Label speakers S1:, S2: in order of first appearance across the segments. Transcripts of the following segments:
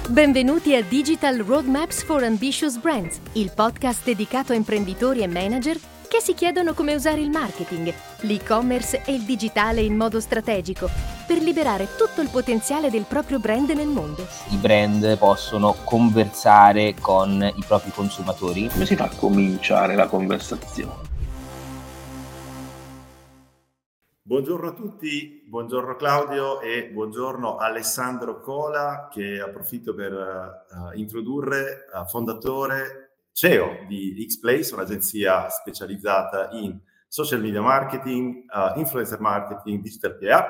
S1: Benvenuti a Digital Roadmaps for Ambitious Brands, il podcast dedicato a imprenditori e manager che si chiedono come usare il marketing, l'e-commerce e il digitale in modo strategico per liberare tutto il potenziale del proprio brand nel mondo.
S2: I brand possono conversare con i propri consumatori.
S3: Come si fa a cominciare la conversazione?
S4: Buongiorno a tutti, buongiorno Claudio e buongiorno Alessandro Cola, che approfitto per introdurre, fondatore, CEO di Xplace, un'agenzia specializzata in social media marketing, influencer marketing, digital PR,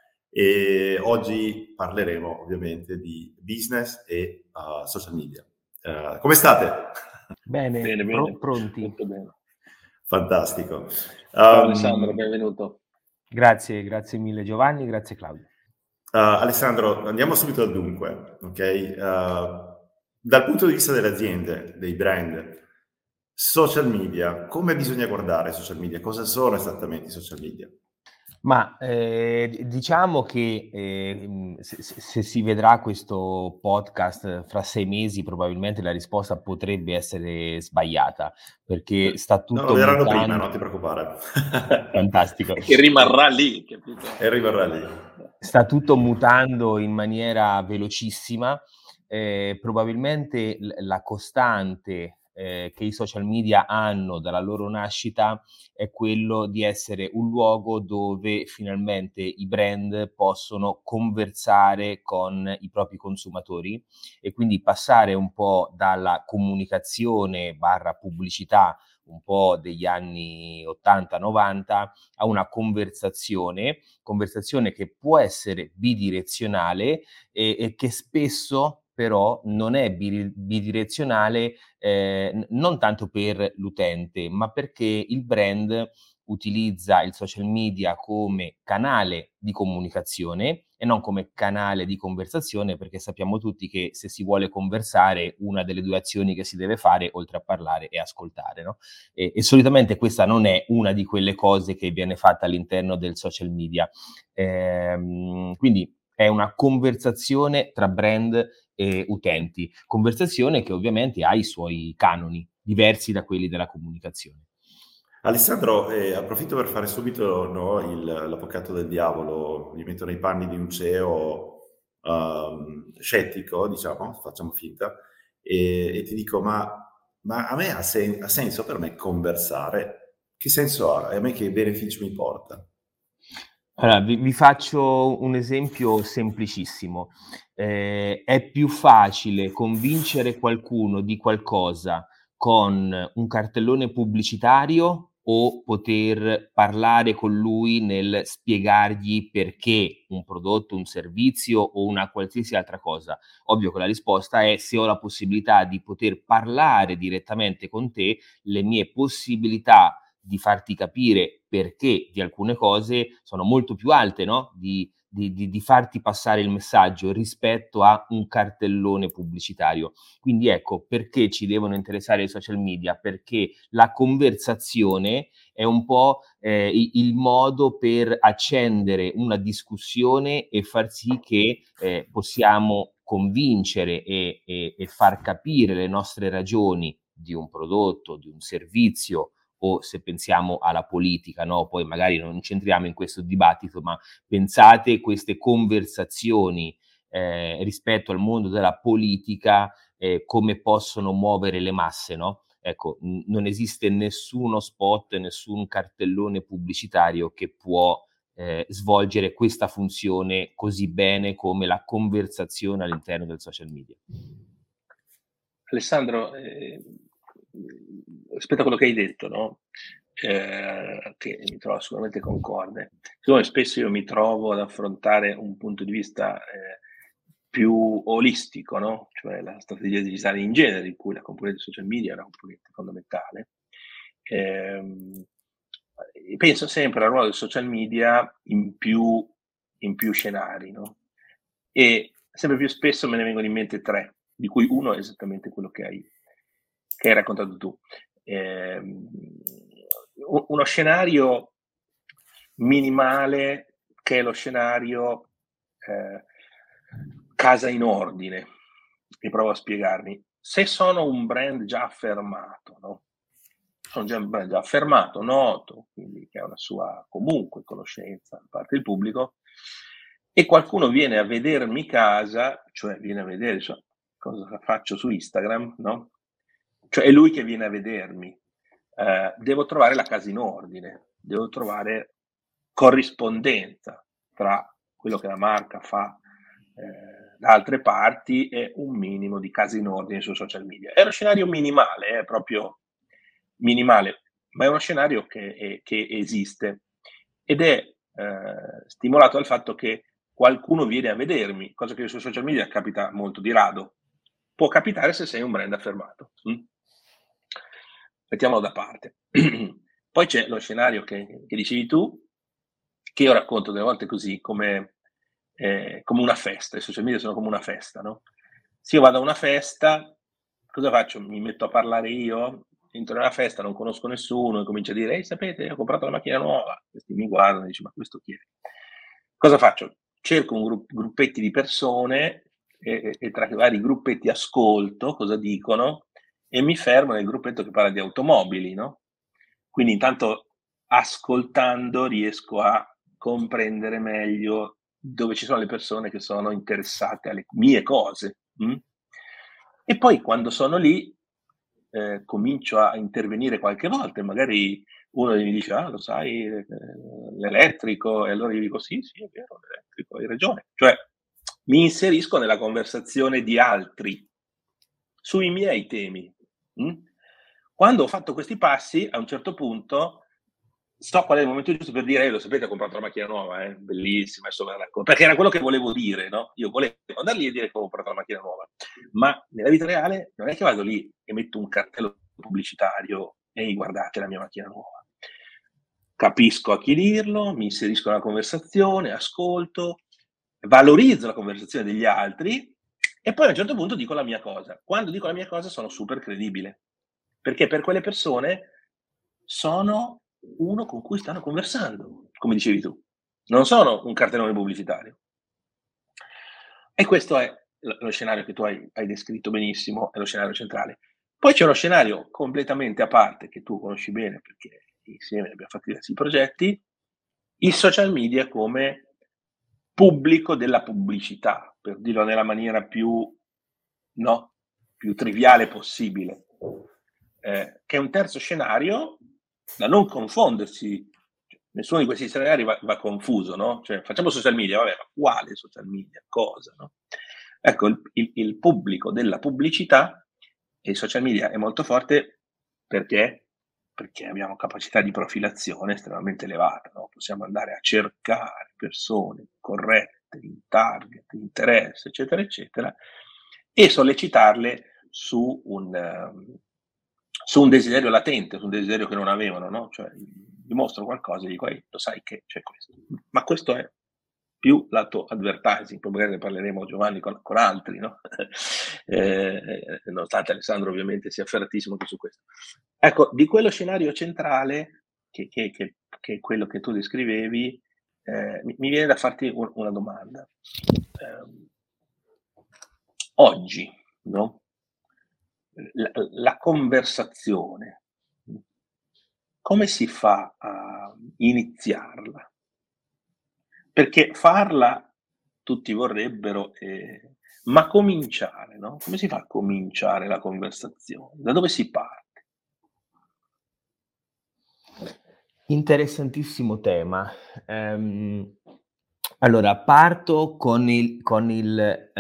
S4: e oggi parleremo ovviamente di business e social media. Come state?
S2: Bene. Pronti.
S3: Molto bene.
S4: Fantastico.
S3: Ciao Alessandro, benvenuto.
S2: Grazie mille Giovanni, grazie Claudio.
S4: Alessandro, andiamo subito al dunque, ok? Dal punto di vista delle aziende, dei brand, social media, come bisogna guardare social media? Cosa sono esattamente i social media?
S2: Ma diciamo che se si vedrà questo podcast fra 6 mesi, probabilmente la risposta potrebbe essere sbagliata, perché sta tutto
S4: lo vedranno
S2: mutando.
S4: prima, non ti preocupare.
S2: Fantastico.
S3: E rimarrà lì, capito?
S4: E rimarrà lì.
S2: Sta tutto mutando in maniera velocissima. Probabilmente la costante che i social media hanno dalla loro nascita è quello di essere un luogo dove finalmente i brand possono conversare con i propri consumatori e quindi passare un po' dalla comunicazione / pubblicità un po' degli anni 80-90 a una conversazione che può essere bidirezionale e che spesso però non è bidirezionale, non tanto per l'utente, ma perché il brand utilizza il social media come canale di comunicazione e non come canale di conversazione, perché sappiamo tutti che se si vuole conversare, una delle due azioni che si deve fare, oltre a parlare, è ascoltare, no? E solitamente questa non è una di quelle cose che viene fatta all'interno del social media. Quindi è una conversazione tra brand e utenti, conversazione che ovviamente ha i suoi canoni, diversi da quelli della comunicazione.
S4: Alessandro, approfitto per fare subito l'avvocato del diavolo, mi metto nei panni di un CEO scettico, diciamo, facciamo finta, e ti dico, ma a me ha senso per me conversare? Che senso ha? E a me che beneficio mi porta?
S2: Allora, vi faccio un esempio semplicissimo. È più facile convincere qualcuno di qualcosa con un cartellone pubblicitario o poter parlare con lui nel spiegargli perché un prodotto, un servizio o una qualsiasi altra cosa? Ovvio che la risposta è: se ho la possibilità di poter parlare direttamente con te, le mie possibilità di farti capire perché di alcune cose sono molto più alte, no? Di farti passare il messaggio rispetto a un cartellone pubblicitario. Quindi ecco, perché ci devono interessare i social media? Perché la conversazione è un po' il modo per accendere una discussione e far sì che possiamo convincere e far capire le nostre ragioni di un prodotto, di un servizio, o se pensiamo alla politica, no? Poi magari non ci entriamo in questo dibattito, ma pensate queste conversazioni rispetto al mondo della politica, come possono muovere le masse, no? Ecco, non esiste nessuno spot, nessun cartellone pubblicitario che può svolgere questa funzione così bene come la conversazione all'interno del social media.
S3: Alessandro, rispetto a quello che hai detto, no? Che mi trovo assolutamente concorde. Siccome spesso io mi trovo ad affrontare un punto di vista più olistico, no? Cioè la strategia digitale in genere, in cui la componente social media è una componente fondamentale. Penso sempre al ruolo del social media in più scenari, no? E sempre più spesso me ne vengono in mente 3, di cui uno è esattamente quello che hai raccontato tu. Uno scenario minimale, che è lo scenario casa in ordine, e provo a spiegarmi. Se sono un brand già affermato, no? Sono già un brand già affermato, noto, quindi che ha una sua comunque conoscenza da parte del pubblico, e qualcuno viene a vedermi casa, cioè viene a vedere cosa faccio su Instagram, no? Cioè è lui che viene a vedermi. Devo trovare la casa in ordine, devo trovare corrispondenza tra quello che la marca fa da altre parti e un minimo di casa in ordine su social media. È uno scenario minimale, proprio minimale, ma è uno scenario che esiste ed è stimolato dal fatto che qualcuno viene a vedermi, cosa che su social media capita molto di rado. Può capitare se sei un brand affermato. Mettiamolo da parte. Poi c'è lo scenario che dicevi tu, che io racconto delle volte così, come una festa. I social media sono come una festa, no? Se io vado a una festa, cosa faccio? Mi metto a parlare io, entro nella festa, non conosco nessuno, e comincio a dire, ehi, sapete, ho comprato la macchina nuova. Questi mi guardano e dicono, ma questo chi è? Cosa faccio? Cerco un gruppetti di persone e tra i vari gruppetti ascolto cosa dicono e mi fermo nel gruppetto che parla di automobili, no? Quindi intanto ascoltando riesco a comprendere meglio dove ci sono le persone che sono interessate alle mie cose. E poi quando sono lì comincio a intervenire qualche volta e magari uno mi dice, lo sai, l'elettrico, e allora io dico sì, è vero, l'elettrico, hai ragione. Cioè mi inserisco nella conversazione di altri sui miei temi. Quando ho fatto questi passi, a un certo punto so qual è il momento giusto per dire, lo sapete, ho comprato la macchina nuova, bellissima, adesso ve la racconto, perché era quello che volevo dire, no? Io volevo andare lì e dire che ho comprato la macchina nuova, ma nella vita reale non è che vado lì e metto un cartello pubblicitario e guardate la mia macchina nuova. Capisco a chi dirlo, mi inserisco nella conversazione, ascolto, valorizzo la conversazione degli altri e poi a un certo punto dico la mia cosa. Quando dico la mia cosa sono super credibile, perché per quelle persone sono uno con cui stanno conversando, come dicevi tu. Non sono un cartellone pubblicitario. E questo è lo scenario che tu hai descritto benissimo, è lo scenario centrale. Poi c'è uno scenario completamente a parte, che tu conosci bene, perché insieme abbiamo fatto diversi progetti, i social media come pubblico della pubblicità, per dirlo nella maniera più triviale possibile, che è un terzo scenario da non confondersi. Nessuno di questi scenari va confuso, no? Cioè, facciamo social media, vabbè, ma quale social media? Cosa, no? Ecco, il pubblico della pubblicità e i social media è molto forte perché abbiamo capacità di profilazione estremamente elevata, no? Possiamo andare a cercare persone corrette, in target, in interesse, eccetera, eccetera, e sollecitarle su un desiderio latente, su un desiderio che non avevano, no? Cioè, dimostro qualcosa e dico, lo sai che c'è questo. Ma questo è più lato advertising, poi magari ne parleremo, Giovanni, con altri, no? Nonostante Alessandro ovviamente sia ferratissimo anche su questo. Ecco, di quello scenario centrale, che è quello che tu descrivevi, mi viene da farti una domanda. Oggi, no? La conversazione, come si fa a iniziarla? Perché farla tutti vorrebbero, ma cominciare, no? Come si fa a cominciare la conversazione? Da dove si parte?
S2: Interessantissimo tema. Allora, parto con il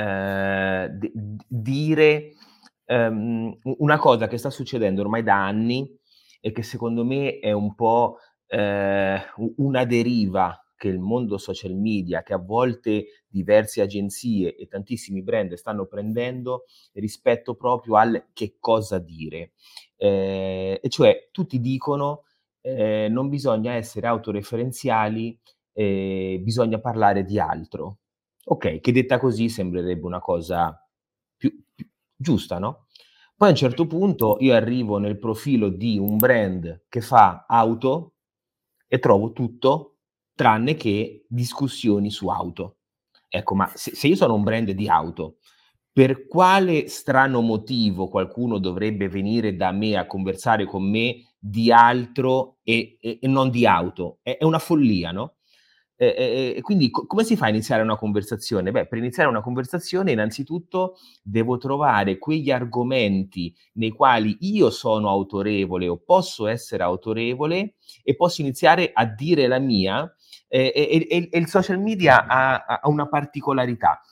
S2: dire una cosa che sta succedendo ormai da anni e che secondo me è un po' una deriva che il mondo social media, che a volte diverse agenzie e tantissimi brand stanno prendendo rispetto proprio al che cosa dire. E cioè tutti dicono non bisogna essere autoreferenziali, bisogna parlare di altro. Ok, che detta così sembrerebbe una cosa più giusta, no? Poi a un certo punto io arrivo nel profilo di un brand che fa auto e trovo tutto tranne che discussioni su auto. Ecco, ma se io sono un brand di auto, per quale strano motivo qualcuno dovrebbe venire da me a conversare con me di altro e non di auto? È una follia, no? E quindi come si fa a iniziare una conversazione? Beh, per iniziare una conversazione innanzitutto devo trovare quegli argomenti nei quali io sono autorevole o posso essere autorevole e posso iniziare a dire la mia, e il social media ha una particolarità.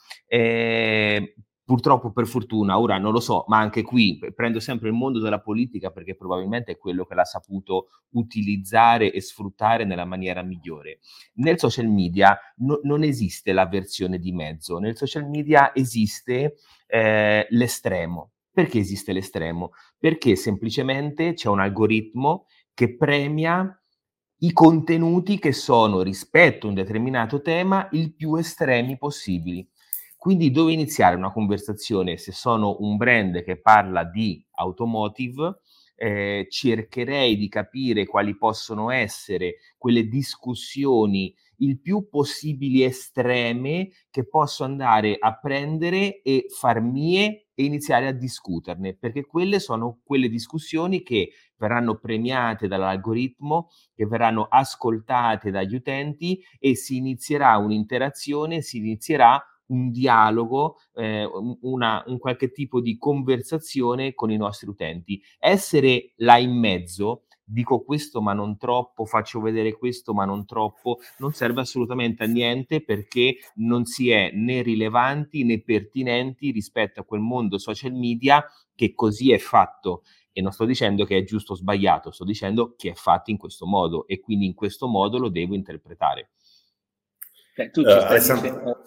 S2: Purtroppo, per fortuna, ora non lo so, ma anche qui prendo sempre il mondo della politica perché probabilmente è quello che l'ha saputo utilizzare e sfruttare nella maniera migliore. Nel social media non esiste la versione di mezzo, nel social media esiste l'estremo. Perché esiste l'estremo? Perché semplicemente c'è un algoritmo che premia i contenuti che sono, rispetto a un determinato tema, il più estremi possibili. Quindi dove iniziare una conversazione? Se sono un brand che parla di automotive, cercherei di capire quali possono essere quelle discussioni il più possibili estreme che posso andare a prendere e far mie e iniziare a discuterne, perché quelle sono quelle discussioni che verranno premiate dall'algoritmo, che verranno ascoltate dagli utenti e si inizierà un'interazione, si inizierà un dialogo, un qualche tipo di conversazione con i nostri utenti. Essere là in mezzo, dico questo ma non troppo, faccio vedere questo ma non troppo, non serve assolutamente a niente perché non si è né rilevanti né pertinenti rispetto a quel mondo social media che così è fatto. E non sto dicendo che è giusto o sbagliato, sto dicendo che è fatto in questo modo e quindi in questo modo lo devo interpretare.
S3: Tu ci stai dicendo...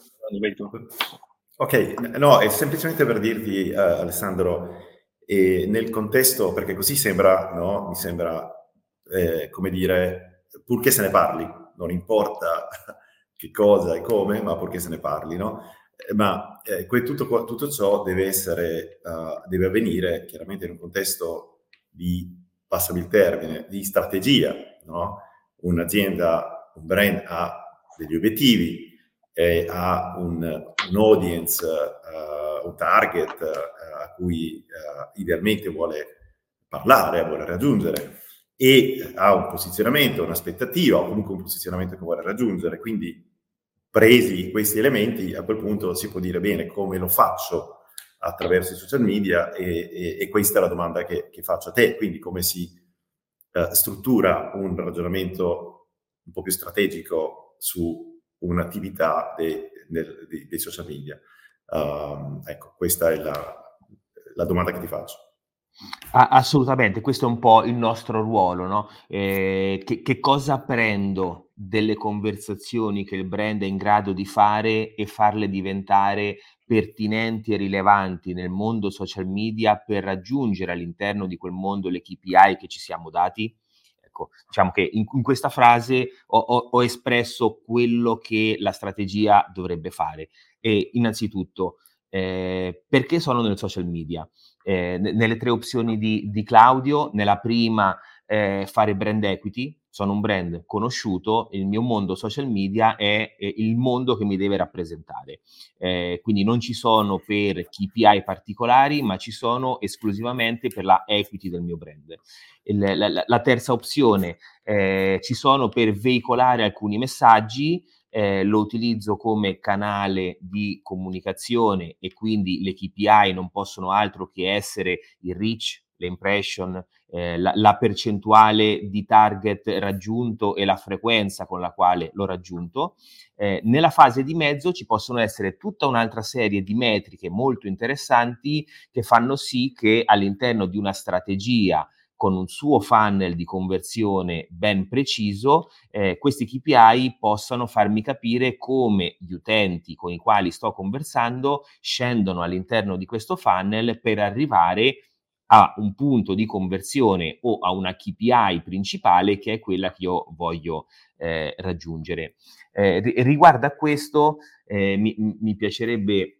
S4: Ok, no, è semplicemente per dirti, Alessandro, nel contesto, perché così sembra, no? Mi sembra, come dire, purché se ne parli, non importa che cosa e come, ma purché se ne parli, no? Ma tutto ciò deve essere, deve avvenire chiaramente in un contesto di, passami il termine, di strategia, no? Un'azienda, un brand ha degli obiettivi, ha un audience, un target a cui idealmente vuole parlare, vuole raggiungere, e ha un posizionamento, un'aspettativa o comunque un posizionamento che vuole raggiungere. Quindi, presi questi elementi, a quel punto si può dire bene come lo faccio attraverso i social media, e questa è la domanda che faccio a te. Quindi come si struttura un ragionamento un po' più strategico su un'attività dei social media. Ecco, questa è la domanda che ti faccio.
S2: Assolutamente, questo è un po' il nostro ruolo, no? Che cosa prendo delle conversazioni che il brand è in grado di fare e farle diventare pertinenti e rilevanti nel mondo social media per raggiungere all'interno di quel mondo le KPI che ci siamo dati? Ecco, diciamo che in questa frase ho espresso quello che la strategia dovrebbe fare. E innanzitutto, perché sono nel social media? Nelle tre opzioni di Claudio, nella prima fare brand equity, sono un brand conosciuto, il mio mondo social media è il mondo che mi deve rappresentare, quindi non ci sono per KPI particolari, ma ci sono esclusivamente per la equity del mio brand. La terza opzione, ci sono per veicolare alcuni messaggi, lo utilizzo come canale di comunicazione e quindi le KPI non possono altro che essere il reach, le impression, la percentuale di target raggiunto e la frequenza con la quale l'ho raggiunto. Nella fase di mezzo ci possono essere tutta un'altra serie di metriche molto interessanti che fanno sì che all'interno di una strategia con un suo funnel di conversione ben preciso, questi KPI possano farmi capire come gli utenti con i quali sto conversando scendono all'interno di questo funnel per arrivare a un punto di conversione o a una KPI principale che è quella che io voglio raggiungere. Riguardo a questo mi piacerebbe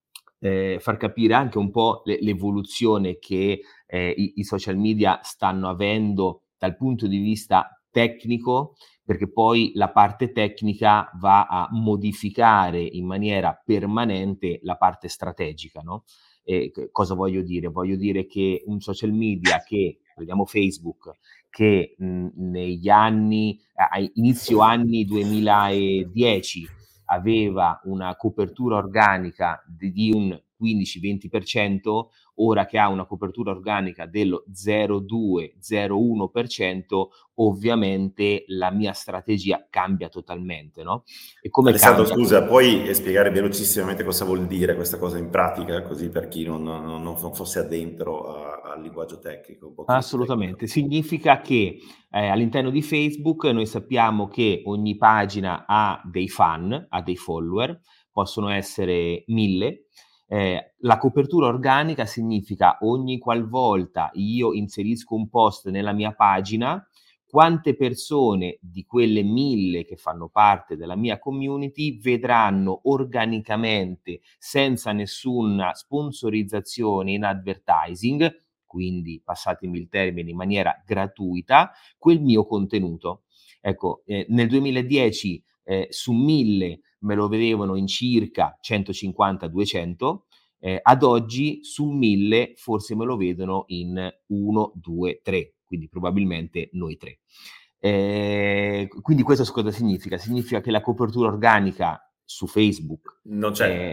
S2: far capire anche un po' l'evoluzione che i social media stanno avendo dal punto di vista tecnico, perché poi la parte tecnica va a modificare in maniera permanente la parte strategica, no? Cosa voglio dire? Voglio dire che un social media che, vediamo Facebook, che negli anni, inizio anni 2010, aveva una copertura organica di un 15-20%, ora che ha una copertura organica dello 0,2-0,1%, ovviamente la mia strategia cambia totalmente, no? E come
S4: Alessandro,
S2: cambia?
S4: scusa, puoi spiegare velocissimamente cosa vuol dire questa cosa in pratica, così per chi non fosse addentro al linguaggio tecnico? Un po'
S2: Assolutamente,
S4: tecnico.
S2: significa che all'interno di Facebook noi sappiamo che ogni pagina ha dei fan, ha dei follower, possono essere 1000. La copertura organica significa ogni qualvolta io inserisco un post nella mia pagina, quante persone di quelle 1000 che fanno parte della mia community vedranno organicamente, senza nessuna sponsorizzazione in advertising, quindi passatemi il termine, in maniera gratuita, quel mio contenuto. Ecco, nel 2010 su 1000 me lo vedevano in circa 150-200, ad oggi su 1000 forse me lo vedono in 1, 2, 3, quindi probabilmente noi 3. Quindi questo cosa significa? Significa che la copertura organica su Facebook
S4: non c'è.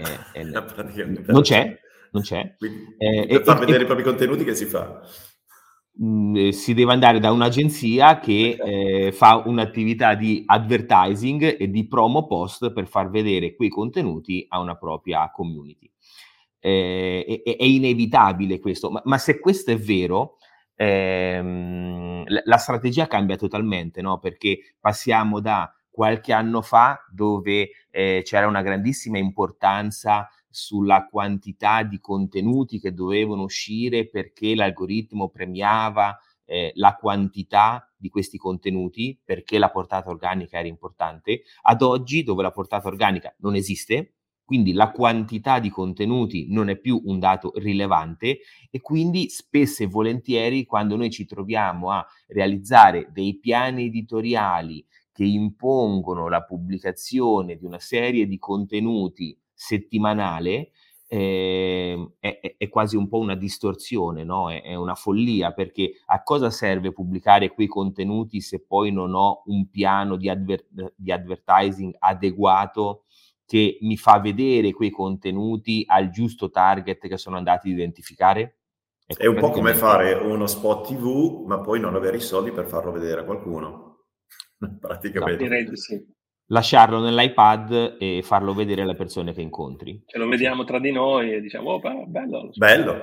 S2: non c'è.
S4: Quindi per far vedere i propri contenuti che si fa?
S2: Si deve andare da un'agenzia che fa un'attività di advertising e di promo post per far vedere quei contenuti a una propria community. È inevitabile questo, ma se questo è vero, la strategia cambia totalmente, no? Perché passiamo da qualche anno fa dove c'era una grandissima importanza sulla quantità di contenuti che dovevano uscire perché l'algoritmo premiava la quantità di questi contenuti, perché la portata organica era importante, ad oggi dove la portata organica non esiste, quindi la quantità di contenuti non è più un dato rilevante e quindi spesso e volentieri quando noi ci troviamo a realizzare dei piani editoriali che impongono la pubblicazione di una serie di contenuti settimanale, è quasi un po' una distorsione, no? È una follia, perché a cosa serve pubblicare quei contenuti se poi non ho un piano di advertising adeguato che mi fa vedere quei contenuti al giusto target che sono andati ad identificare? Ecco,
S4: è un po' come fare uno spot TV, ma poi non avere i soldi per farlo vedere a qualcuno. Praticamente.
S3: Direi di sì.
S2: Lasciarlo nell'iPad e farlo vedere alle persone che incontri.
S3: Ce lo vediamo tra di noi e diciamo, oh, bello.
S4: Bello.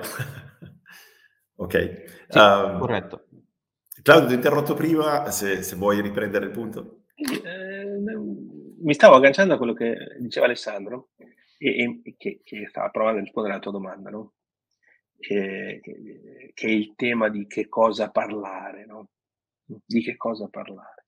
S4: Ok.
S2: Sì, corretto.
S4: Claudio, ti ho interrotto prima, se vuoi riprendere il punto.
S3: Mi stavo agganciando a quello che diceva Alessandro e che stava provando a rispondere alla tua domanda, no? Che è il tema di che cosa parlare, no? Di che cosa parlare.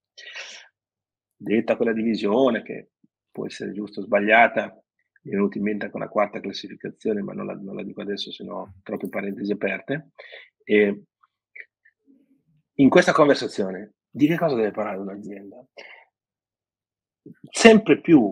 S3: Detta quella divisione, che può essere giusta o sbagliata, mi è venuto in mente anche una quarta classificazione, ma non la dico adesso, sennò troppe parentesi aperte. E in questa conversazione, di che cosa deve parlare un'azienda? Sempre più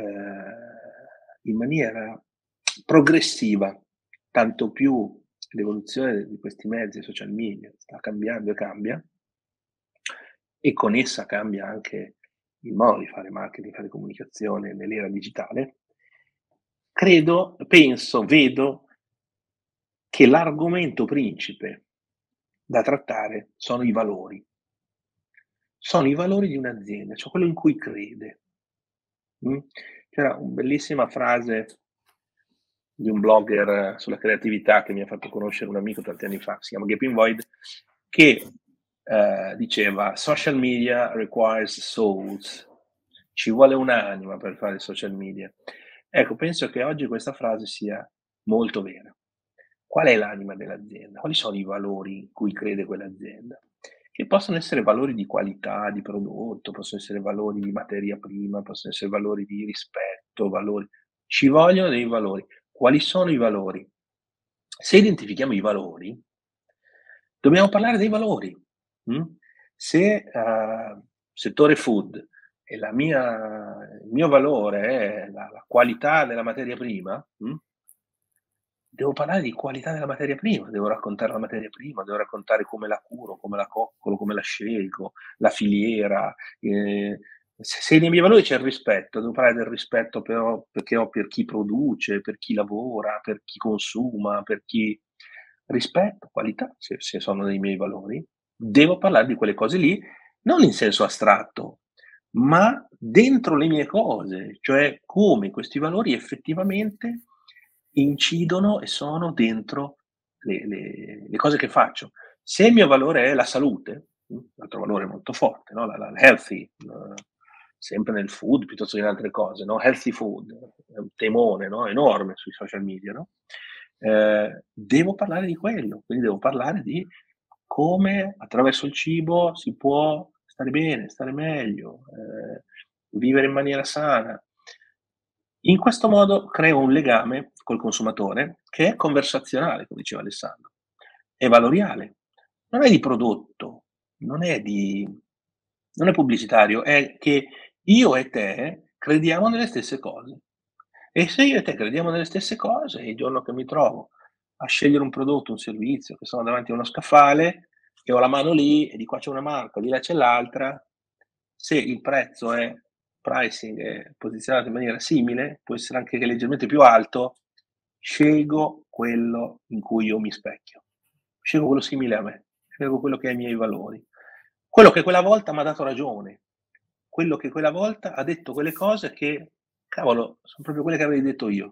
S3: in maniera progressiva, tanto più l'evoluzione di questi mezzi social media sta cambiando e cambia, e con essa cambia anche il modo di fare marketing, di fare comunicazione nell'era digitale. Vedo che l'argomento principe da trattare sono i valori. Sono i valori di un'azienda, cioè quello in cui crede. C'era una bellissima frase di un blogger sulla creatività che mi ha fatto conoscere un amico tanti anni fa, si chiama Gaping Void, che diceva: social media requires souls, ci vuole un'anima per fare social media. Ecco, penso che oggi questa frase sia molto vera. Qual è l'anima dell'azienda? Quali sono i valori in cui crede quell'azienda? Che possono essere valori di qualità, di prodotto, possono essere valori di materia prima, possono essere valori di rispetto, valori. Ci vogliono dei valori. Quali sono i valori? Se identifichiamo i valori, dobbiamo parlare dei valori. Se settore food e il mio valore è la qualità della materia prima, devo parlare di qualità della materia prima, devo raccontare la materia prima, devo raccontare come la curo, come la coccolo, come la scelgo, la filiera. Se nei miei valori c'è il rispetto, devo parlare del rispetto però perché ho per chi produce, per chi lavora, per chi consuma, per chi... Rispetto, qualità, se sono dei miei valori, devo parlare di quelle cose lì, non in senso astratto, ma dentro le mie cose, cioè come questi valori effettivamente incidono e sono dentro le cose che faccio. Se il mio valore è la salute, un altro valore molto forte, no? La healthy, sempre nel food piuttosto che in altre cose, no? Healthy food, è un temone, no? Enorme sui social media, no? Devo parlare di quello, quindi devo parlare di come attraverso il cibo si può stare bene, stare meglio, vivere in maniera sana. In questo modo creo un legame col consumatore che è conversazionale, come diceva Alessandro, è valoriale, non è di prodotto, non è pubblicitario, è che io e te crediamo nelle stesse cose. E se io e te crediamo nelle stesse cose, il giorno che mi trovo a scegliere un prodotto, un servizio, che sono davanti a uno scaffale e ho la mano lì e di qua c'è una marca, di là c'è l'altra, se il prezzo è pricing è posizionato in maniera simile, può essere anche leggermente più alto, scelgo quello in cui io mi specchio, scelgo quello simile a me, scelgo quello che ha i miei valori, quello che quella volta mi ha dato ragione, quello che quella volta ha detto quelle cose che, cavolo, sono proprio quelle che avrei detto io.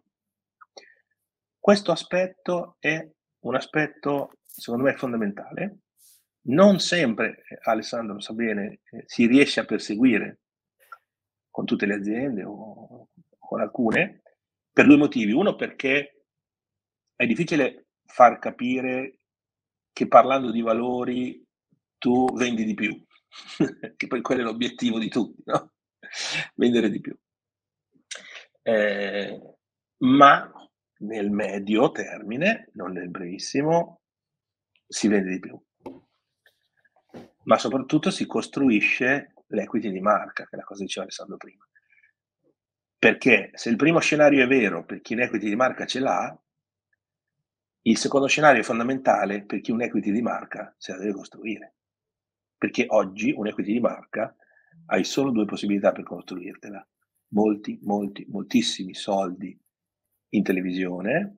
S3: Questo aspetto è un aspetto, secondo me, fondamentale. Non sempre, Alessandro lo sa bene, si riesce a perseguire con tutte le aziende o con alcune, per due motivi. Uno, perché è difficile far capire che parlando di valori tu vendi di più, che poi quello è l'obiettivo di tutti, no? Vendere di più. Ma nel medio termine, non nel brevissimo, si vende di più. Ma soprattutto si costruisce l'equity di marca, che è la cosa che diceva Alessandro prima. Perché se il primo scenario è vero per chi un equity di marca ce l'ha, il secondo scenario è fondamentale per chi un equity di marca se la deve costruire. Perché oggi un equity di marca hai solo due possibilità per costruirtela. Moltissimi soldi in televisione,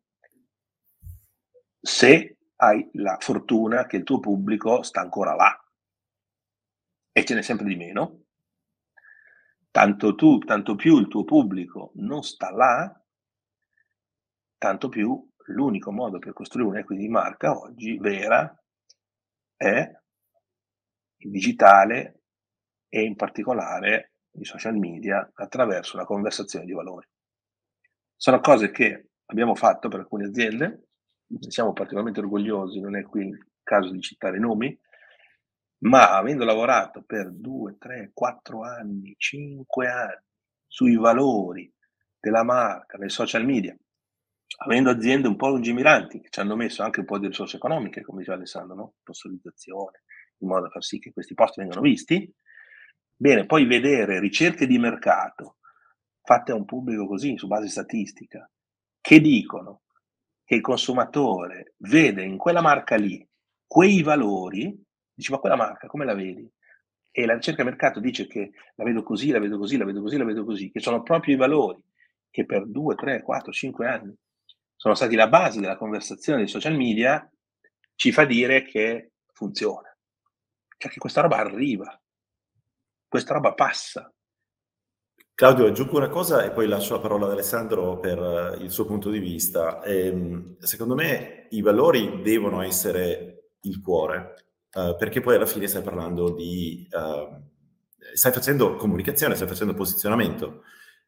S3: se hai la fortuna che il tuo pubblico sta ancora là. E ce n'è sempre di meno. Tanto più il tuo pubblico non sta là, tanto più l'unico modo per costruire un'equity di marca oggi vera è il digitale e in particolare i social media attraverso la conversazione di valori. Sono cose che abbiamo fatto per alcune aziende, ne siamo particolarmente orgogliosi, non è qui il caso di citare nomi, ma avendo lavorato per 2, 3, 4 anni, 5 anni sui valori della marca, nei social media, avendo aziende un po' lungimiranti che ci hanno messo anche un po' di risorse economiche, come diceva Alessandro, no? Sponsorizzazione, in modo da far sì che questi post vengano visti, bene, poi vedere ricerche di mercato fatte a un pubblico così, su base statistica, che dicono che il consumatore vede in quella marca lì quei valori, dice ma quella marca come la vedi? E la ricerca mercato dice che la vedo così, la vedo così, la vedo così, la vedo così, che sono proprio i valori che per 2, 3, 4, 5 anni sono stati la base della conversazione dei social media, ci fa dire che funziona. Cioè che questa roba arriva, questa roba passa.
S4: Claudio, aggiungo una cosa e poi lascio la parola ad Alessandro per il suo punto di vista. Secondo me i valori devono essere il cuore, perché poi alla fine stai parlando di... stai facendo comunicazione, stai facendo posizionamento.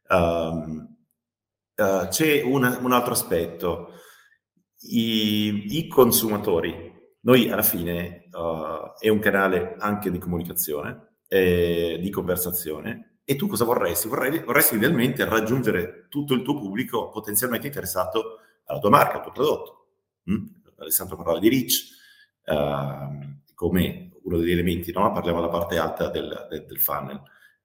S4: C'è un altro aspetto. I consumatori, noi alla fine è un canale anche di comunicazione, di conversazione. E tu cosa vorresti? Vorresti idealmente raggiungere tutto il tuo pubblico potenzialmente interessato alla tua marca, al tuo prodotto. Alessandro parlava di reach, come uno degli elementi, no? Parliamo della parte alta del funnel.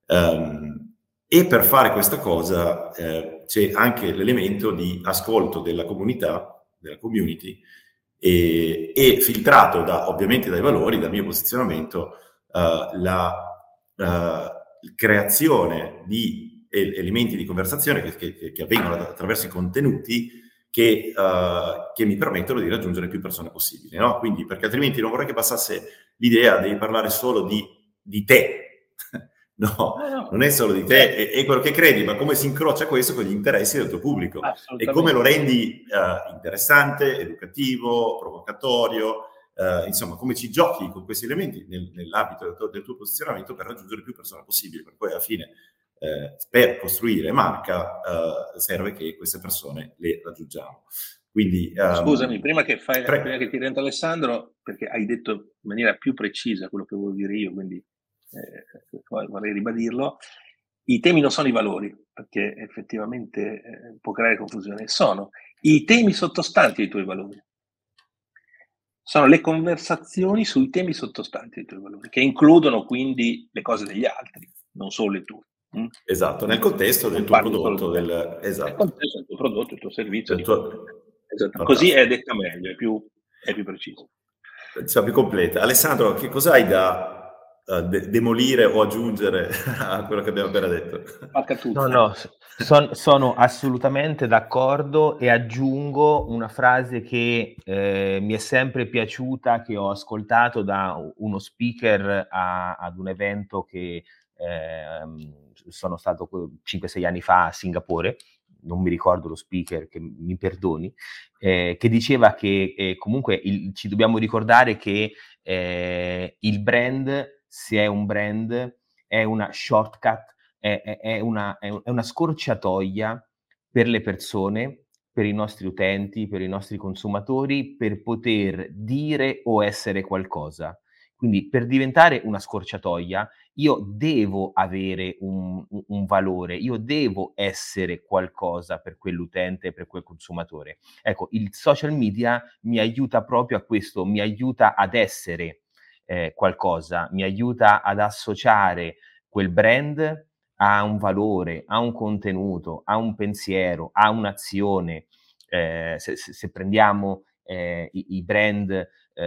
S4: E per fare questa cosa c'è anche l'elemento di ascolto della comunità, della community, e filtrato ovviamente dai valori, dal mio posizionamento, la creazione di elementi di conversazione che avvengono attraverso i contenuti che mi permettono di raggiungere più persone possibili, no? Quindi, perché altrimenti non vorrei che passasse l'idea devi parlare solo di te. No, non è solo di te, è quello che credi, ma come si incrocia questo con gli interessi del tuo pubblico e come lo rendi interessante, educativo, provocatorio, insomma, come ci giochi con questi elementi nell'ambito del tuo posizionamento per raggiungere più persone possibili, perché poi alla fine per costruire marca serve che queste persone le raggiungiamo. Quindi,
S3: scusami, prima che ti rientra Alessandro, perché hai detto in maniera più precisa quello che volevo dire io, quindi vorrei ribadirlo. I temi non sono i valori, perché effettivamente può creare confusione, sono i temi sottostanti ai tuoi valori. Sono le conversazioni sui temi sottostanti ai tuoi valori, che includono quindi le cose degli altri, non solo le tue.
S4: Esatto, nel contesto del tuo prodotto,
S3: esatto. Nel contesto del tuo prodotto, il tuo servizio.
S4: Esatto.
S3: Così è detta meglio, è più preciso.
S4: Cioè, più completa. Alessandro, che cosa hai da demolire o aggiungere a quello che abbiamo appena detto?
S2: No, sono assolutamente d'accordo e aggiungo una frase che mi è sempre piaciuta, che ho ascoltato da uno speaker ad un evento che sono stato 5-6 anni fa a Singapore, non mi ricordo lo speaker, che mi perdoni, che diceva che comunque ci dobbiamo ricordare che il brand, se è un brand, è una shortcut, è una scorciatoia per le persone, per i nostri utenti, per i nostri consumatori, per poter dire o essere qualcosa. Quindi per diventare una scorciatoia io devo avere un valore, io devo essere qualcosa per quell'utente, per quel consumatore. Ecco, il social media mi aiuta proprio a questo, mi aiuta ad essere qualcosa, mi aiuta ad associare quel brand a un valore, a un contenuto, a un pensiero, a un'azione. Se prendiamo i brand,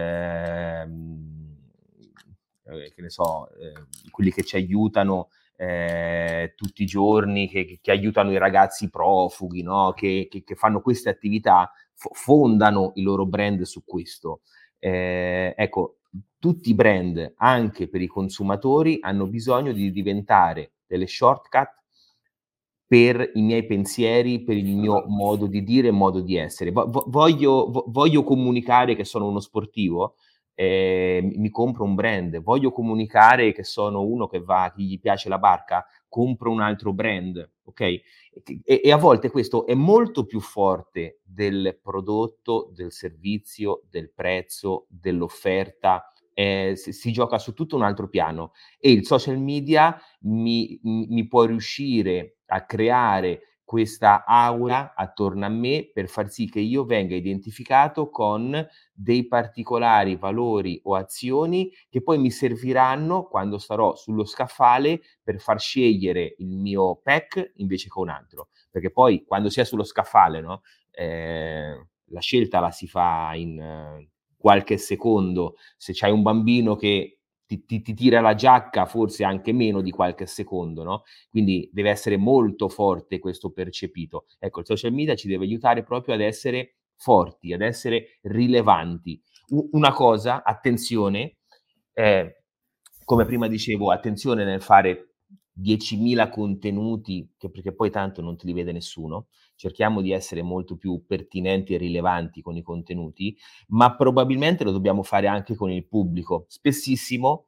S2: che ne so, quelli che ci aiutano tutti i giorni, che aiutano i ragazzi profughi, no? che fanno queste attività, fondano i loro brand su questo. Ecco, tutti i brand, anche per i consumatori, hanno bisogno di diventare delle shortcut per i miei pensieri, per il mio modo di dire e modo di essere. Voglio comunicare che sono uno sportivo, mi compro un brand. Voglio comunicare che sono uno che gli piace la barca, compro un altro brand, ok? E a volte questo è molto più forte del prodotto, del servizio, del prezzo, dell'offerta. Si gioca su tutto un altro piano e il social media mi può riuscire a creare questa aura attorno a me per far sì che io venga identificato con dei particolari valori o azioni che poi mi serviranno quando starò sullo scaffale per far scegliere il mio pack invece che un altro, perché poi quando si è sullo scaffale, no, la scelta la si fa in qualche secondo. Se c'hai un bambino che ti tira la giacca, forse anche meno di qualche secondo, no? Quindi deve essere molto forte questo percepito. Ecco, il social media ci deve aiutare proprio ad essere forti, ad essere rilevanti. Una cosa, attenzione, come prima dicevo, attenzione nel fare 10.000 contenuti, perché poi tanto non te li vede nessuno. Cerchiamo di essere molto più pertinenti e rilevanti con i contenuti, ma probabilmente lo dobbiamo fare anche con il pubblico. Spessissimo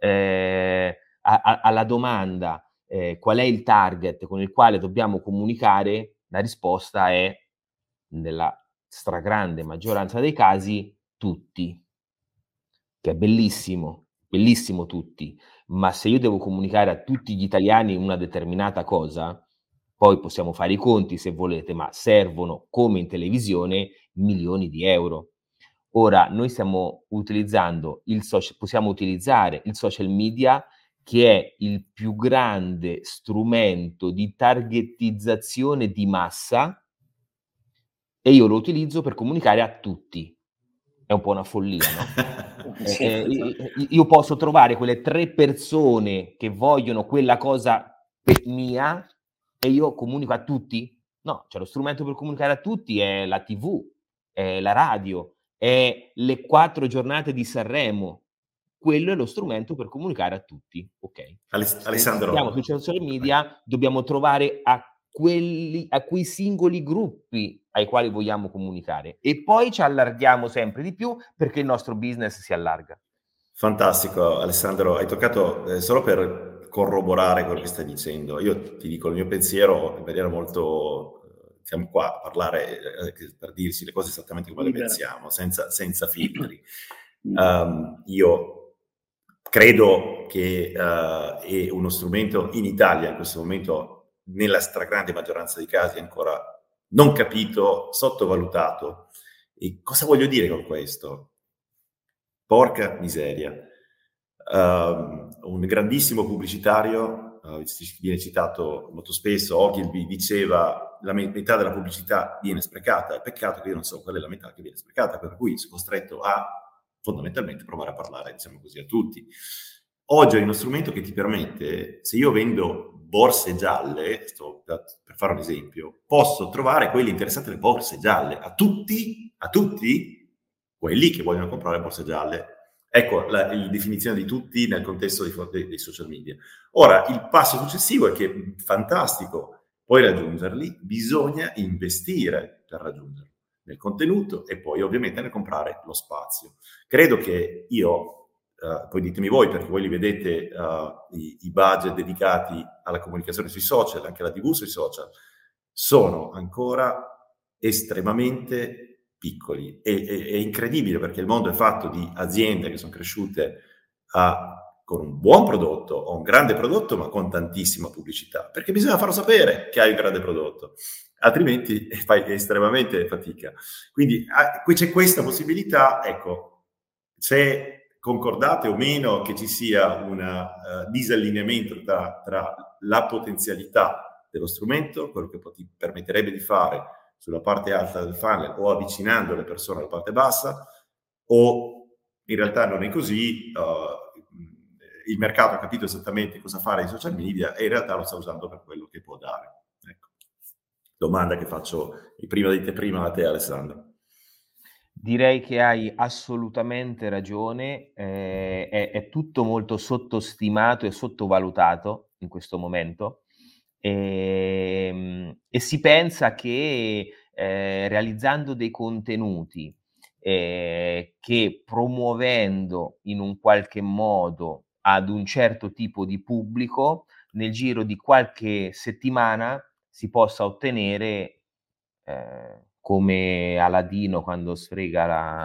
S2: alla domanda qual è il target con il quale dobbiamo comunicare, la risposta è, nella stragrande maggioranza dei casi, tutti, che è bellissimo tutti, ma se io devo comunicare a tutti gli italiani una determinata cosa, poi possiamo fare i conti se volete, ma servono, come in televisione, milioni di euro. Ora, noi stiamo utilizzando possiamo utilizzare il social media, che è il più grande strumento di targetizzazione di massa, e io lo utilizzo per comunicare a tutti. È un po' una follia, no?
S3: Sì,
S2: Io posso trovare quelle 3 persone che vogliono quella cosa mia e io comunico a tutti? No, cioè lo strumento per comunicare a tutti è la TV, è la radio, è le 4 giornate di Sanremo. Quello è lo strumento per comunicare a tutti, ok?
S4: Alessandro,
S2: Sui social media dobbiamo trovare a quei singoli gruppi ai quali vogliamo comunicare, e poi ci allarghiamo sempre di più perché il nostro business si allarga.
S4: fantastico Alessandro, hai toccato, solo per corroborare quello che stai dicendo, io ti dico il mio pensiero in maniera molto, siamo qua a parlare per dirsi le cose esattamente come le pensiamo, senza filtri. Io credo che è uno strumento in Italia in questo momento, nella stragrande maggioranza dei casi, ancora non capito, sottovalutato. E cosa voglio dire con questo? Porca miseria. Un grandissimo pubblicitario, viene citato molto spesso, Ogilvy diceva la metà della pubblicità viene sprecata, è peccato che io non so qual è la metà che viene sprecata, per cui sono costretto a fondamentalmente provare a parlare, diciamo così, a tutti. Oggi è uno strumento che ti permette, se io vendo borse gialle, per fare un esempio, posso trovare quelli interessati alle borse gialle, a tutti quelli che vogliono comprare borse gialle. Ecco la definizione di tutti nel contesto dei social media. Ora, il passo successivo è che, fantastico, puoi raggiungerli, bisogna investire per raggiungerli nel contenuto e poi ovviamente nel comprare lo spazio. Credo che poi ditemi voi, perché voi li vedete, i budget dedicati alla comunicazione sui social, anche la TV sui social, sono ancora estremamente piccoli. È incredibile, perché il mondo è fatto di aziende che sono cresciute con un buon prodotto o un grande prodotto, ma con tantissima pubblicità, perché bisogna farlo sapere che hai un grande prodotto, altrimenti fai estremamente fatica. Quindi qui c'è questa possibilità, ecco, se concordate o meno che ci sia un disallineamento tra la potenzialità dello strumento, quello che ti permetterebbe di fare sulla parte alta del funnel o avvicinando le persone alla parte bassa, o in realtà non è così, il mercato ha capito esattamente cosa fare ai social media e in realtà lo sta usando per quello che può dare. Ecco. Domanda che faccio prima a te, Alessandro.
S2: Direi che hai assolutamente ragione, è tutto molto sottostimato e sottovalutato in questo momento, e si pensa che realizzando dei contenuti, che promuovendo in un qualche modo ad un certo tipo di pubblico, nel giro di qualche settimana si possa ottenere, come Aladino quando sfrega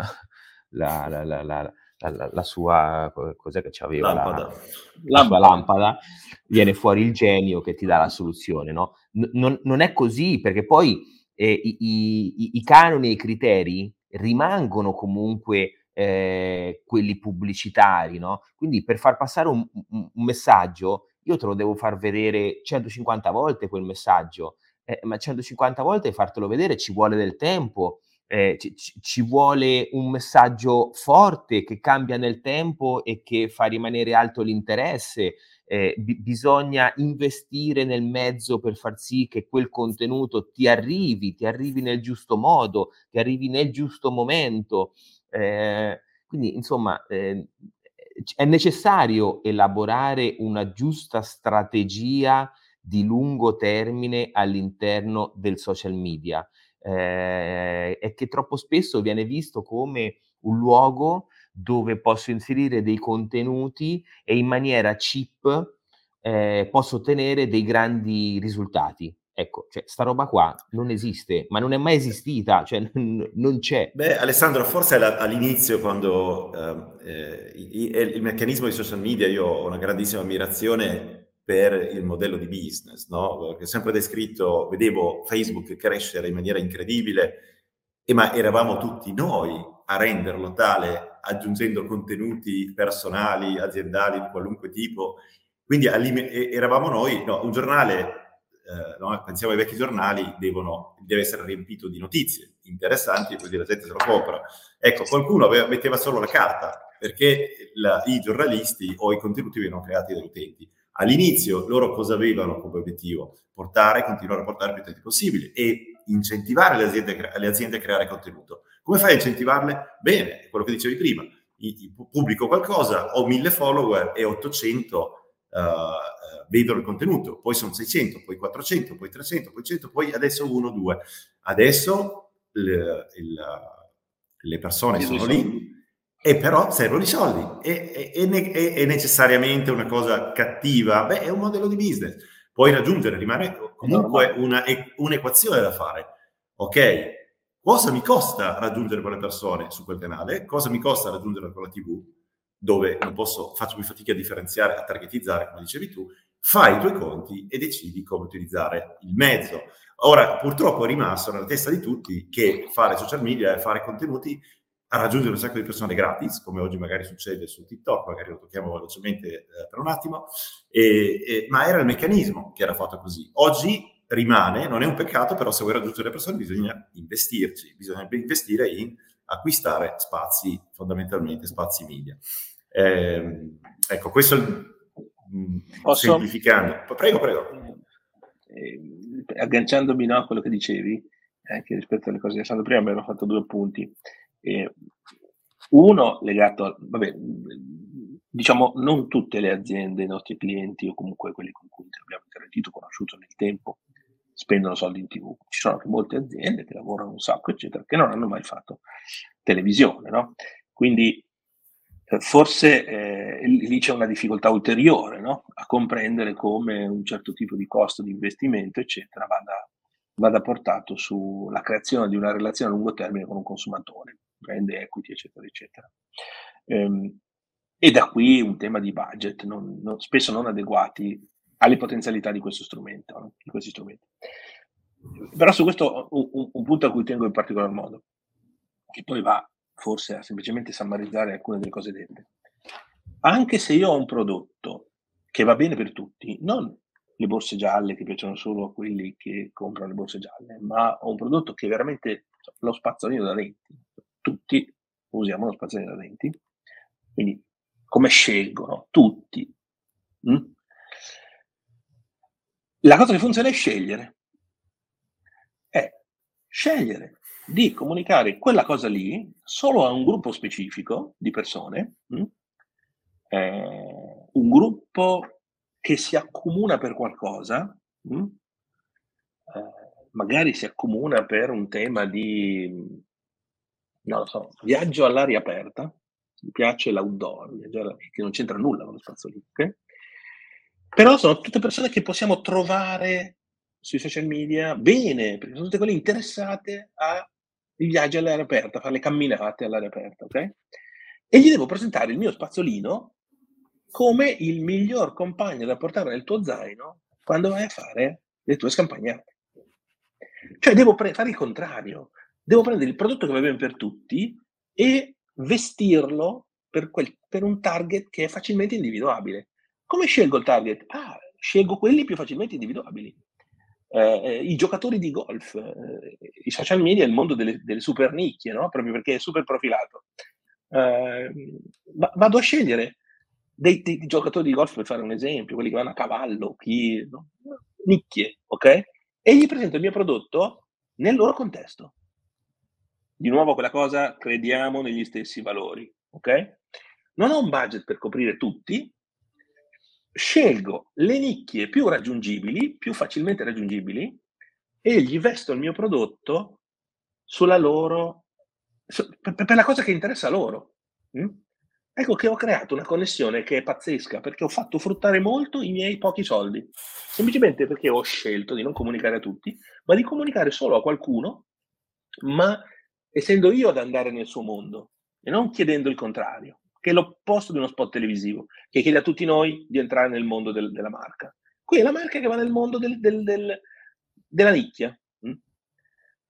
S2: la sua, cos'è che c'aveva? La sua lampada, viene fuori il genio che ti dà la soluzione, no? Non è così, perché poi i canoni e i criteri rimangono comunque quelli pubblicitari, no? Quindi per far passare un messaggio io te lo devo far vedere 150 volte quel messaggio, ma 150 volte fartelo vedere ci vuole del tempo, ci vuole un messaggio forte che cambia nel tempo e che fa rimanere alto l'interesse. Bisogna investire nel mezzo per far sì che quel contenuto ti arrivi nel giusto modo, ti arrivi nel giusto momento. Quindi insomma è necessario elaborare una giusta strategia di lungo termine all'interno del social media, e che troppo spesso viene visto come un luogo dove posso inserire dei contenuti e in maniera cheap posso ottenere dei grandi risultati. Ecco, cioè sta roba qua non esiste, ma non è mai esistita, cioè non c'è.
S4: Beh, Alessandro, forse all'inizio, quando il meccanismo dei social media, io ho una grandissima ammirazione per il modello di business, no? Che è sempre descritto, vedevo Facebook crescere in maniera incredibile, ma eravamo tutti noi a renderlo tale aggiungendo contenuti personali, aziendali di qualunque tipo. Quindi eravamo noi, un giornale, pensiamo ai vecchi giornali, deve essere riempito di notizie interessanti, così la gente se lo compra. Ecco, qualcuno metteva solo la carta, perché i giornalisti o i contenuti venivano creati dagli utenti. All'inizio loro cosa avevano come obiettivo? Continuare a portare più utenti possibili e incentivare le aziende a creare contenuto. Come fai a incentivarle? Bene, quello che dicevi prima. Pubblico qualcosa, ho 1000 follower e 800 vedono il contenuto, poi sono 600, poi 400, poi 300, poi 100, poi adesso 1, 2. Adesso le persone sono lì e però servono i soldi. È necessariamente una cosa cattiva? Beh, è un modello di business. Puoi raggiungere, rimane comunque un'equazione da fare. Ok, cosa mi costa raggiungere quelle persone su quel canale? Cosa mi costa raggiungere con la TV? Dove faccio più fatica a differenziare, a targetizzare, come dicevi tu. Fai i tuoi conti e decidi come utilizzare il mezzo. Ora, purtroppo è rimasto nella testa di tutti che fare social media e fare contenuti a raggiungere un sacco di persone gratis, come oggi magari succede su TikTok, magari lo tocchiamo velocemente per un attimo, ma era il meccanismo che era fatto così. Oggi rimane, non è un peccato, però se vuoi raggiungere le persone bisogna investirci, bisogna investire in acquistare spazi, fondamentalmente spazi media. Ecco, questo semplificando. Prego.
S3: Agganciandomi a quello che dicevi, anche rispetto alle cose che stanno prima, abbiamo fatto 2 punti. Uno legato diciamo, non tutte le aziende, i nostri clienti o comunque quelli con cui abbiamo interagito, conosciuto nel tempo, spendono soldi in TV. Ci sono anche molte aziende che lavorano un sacco, eccetera, che non hanno mai fatto televisione, no? Quindi forse lì c'è una difficoltà ulteriore, no? A comprendere come un certo tipo di costo di investimento, eccetera, vada portato sulla creazione di una relazione a lungo termine con un consumatore, brand equity, eccetera, eccetera. E da qui un tema di budget spesso non adeguati alle potenzialità di questo strumento, no? Di questi strumenti. Però su questo un punto a cui tengo in particolar modo, che poi va forse a semplicemente summarizzare alcune delle cose dette. Anche se io ho un prodotto che va bene per tutti, non le borse gialle che piacciono solo a quelli che comprano le borse gialle, ma ho un prodotto che è veramente lo spazzolino da denti. Tutti usiamo lo spazzolino da denti. Quindi come scelgono? Tutti. La cosa che funziona è scegliere. Scegliere di comunicare quella cosa lì solo a un gruppo specifico di persone, un gruppo che si accomuna per qualcosa, magari si accomuna per un tema di, non lo so, viaggio all'aria aperta, mi piace l'outdoor, che non c'entra nulla con lo spazzolino, okay? Però sono tutte persone che possiamo trovare sui social media bene, perché sono tutte quelle interessate ai viaggi all'aria aperta, a fare le camminate all'aria aperta, ok? E gli devo presentare il mio spazzolino come il miglior compagno da portare nel tuo zaino quando vai a fare le tue scampagnate. Cioè devo fare il contrario, devo prendere il prodotto che va bene per tutti e vestirlo per un target che è facilmente individuabile. Come scelgo il target? Scelgo quelli più facilmente individuabili. I giocatori di golf, i social media è il mondo delle super nicchie, no? Proprio perché è super profilato. Vado a scegliere dei giocatori di golf, per fare un esempio, quelli che vanno a cavallo, no? Nicchie, ok? E gli presento il mio prodotto nel loro contesto. Di nuovo quella cosa, crediamo negli stessi valori, ok? Non ho un budget per coprire tutti, scelgo le nicchie più raggiungibili, più facilmente raggiungibili, e gli vesto il mio prodotto sulla loro, per la cosa che interessa a loro. Ecco che ho creato una connessione che è pazzesca, perché ho fatto fruttare molto i miei pochi soldi, semplicemente perché ho scelto di non comunicare a tutti, ma di comunicare solo a qualcuno, ma essendo io ad andare nel suo mondo e non chiedendo il contrario, che è l'opposto di uno spot televisivo, che chiede a tutti noi di entrare nel mondo della marca. Qui è la marca che va nel mondo della nicchia.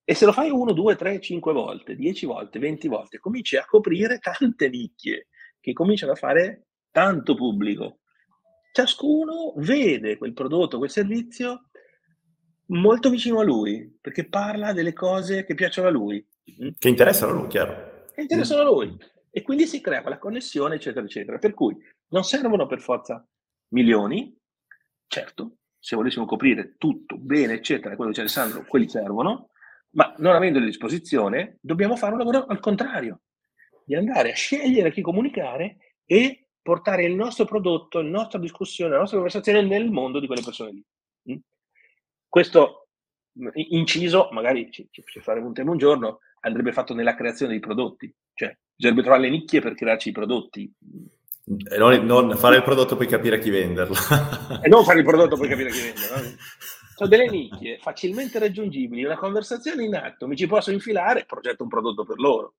S3: E se lo fai 1, 2, 3, 5 volte, 10 volte, 20 volte, cominci a coprire tante nicchie che cominciano a fare tanto pubblico. Ciascuno vede quel prodotto, quel servizio molto vicino a lui, perché parla delle cose che piacciono a lui.
S4: Che interessano a lui, chiaro.
S3: Che interessano a lui. E quindi si crea quella connessione, eccetera, eccetera. Per cui non servono per forza milioni, certo, se volessimo coprire tutto bene, eccetera, quello che dice Alessandro, quelli servono, ma non avendoli a disposizione, dobbiamo fare un lavoro al contrario, di andare a scegliere a chi comunicare e portare il nostro prodotto, la nostra discussione, la nostra conversazione nel mondo di quelle persone lì. Questo inciso, magari ci faremo un tema un giorno, andrebbe fatto nella creazione dei prodotti, cioè bisognerebbe trovare le nicchie per crearci i prodotti.
S4: E non fare il prodotto poi capire a chi venderlo.
S3: E non fare il prodotto per capire chi vende, no? Sono delle nicchie facilmente raggiungibili, una conversazione in atto, mi ci posso infilare, progetto un prodotto per loro.